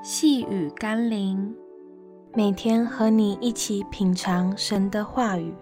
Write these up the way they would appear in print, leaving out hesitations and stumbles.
细语甘霖，每天和你一起品尝神的话语。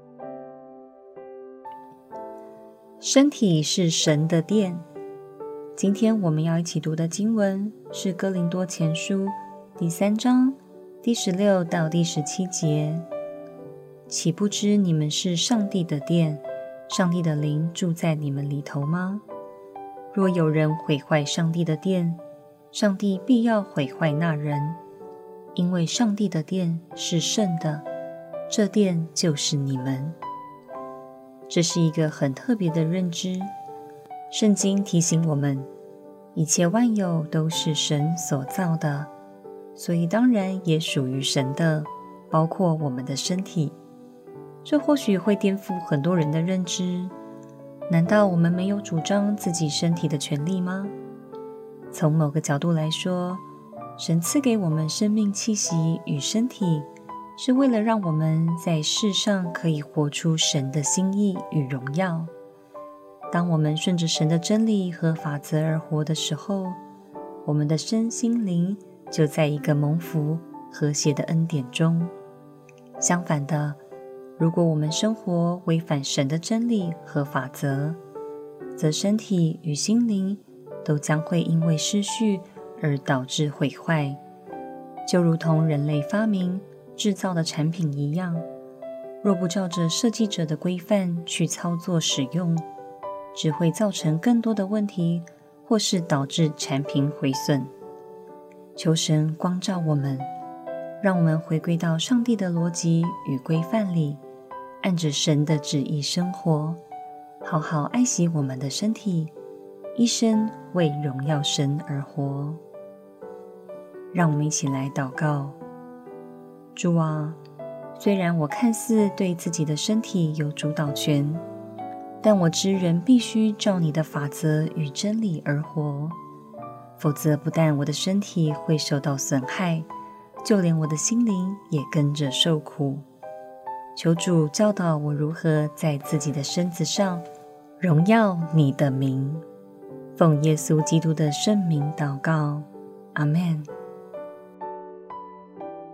身体是神的殿。今天我们要一起读的经文是哥林多前书第3章第16到第17节。岂不知你们是上帝的殿，上帝的灵住在你们里头吗？若有人毁坏上帝的殿，上帝必要毁坏那人，因为上帝的殿是圣的，这殿就是你们。这是一个很特别的认知。圣经提醒我们，一切万有都是神所造的，所以当然也属于神的，包括我们的身体。这或许会颠覆很多人的认知。难道我们没有主张自己身体的权利吗？从某个角度来说，神赐给我们生命气息与身体，是为了让我们在世上可以活出神的心意与荣耀。当我们顺着神的真理和法则而活的时候，我们的身心灵就在一个蒙福和谐的恩典中。相反的，如果我们生活违反神的真理和法则，则身体与心灵都将会因为失序而导致毁坏，就如同人类发明制造的产品一样，若不照着设计者的规范去操作使用，只会造成更多的问题，或是导致产品毁损。求神光照我们，让我们回归到上帝的逻辑与规范里，按着神的旨意生活，好好爱惜我们的身体，一生为荣耀神而活。让我们一起来祷告。主啊，虽然我看似对自己的身体有主导权，但我知人必须照你的法则与真理而活，否则不但我的身体会受到损害，就连我的心灵也跟着受苦。求主教导我如何在自己的身子上荣耀你的名。奉耶稣基督的圣名祷告，阿们。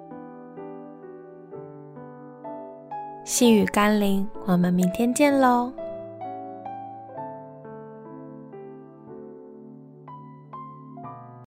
细语甘霖，我们明天见咯。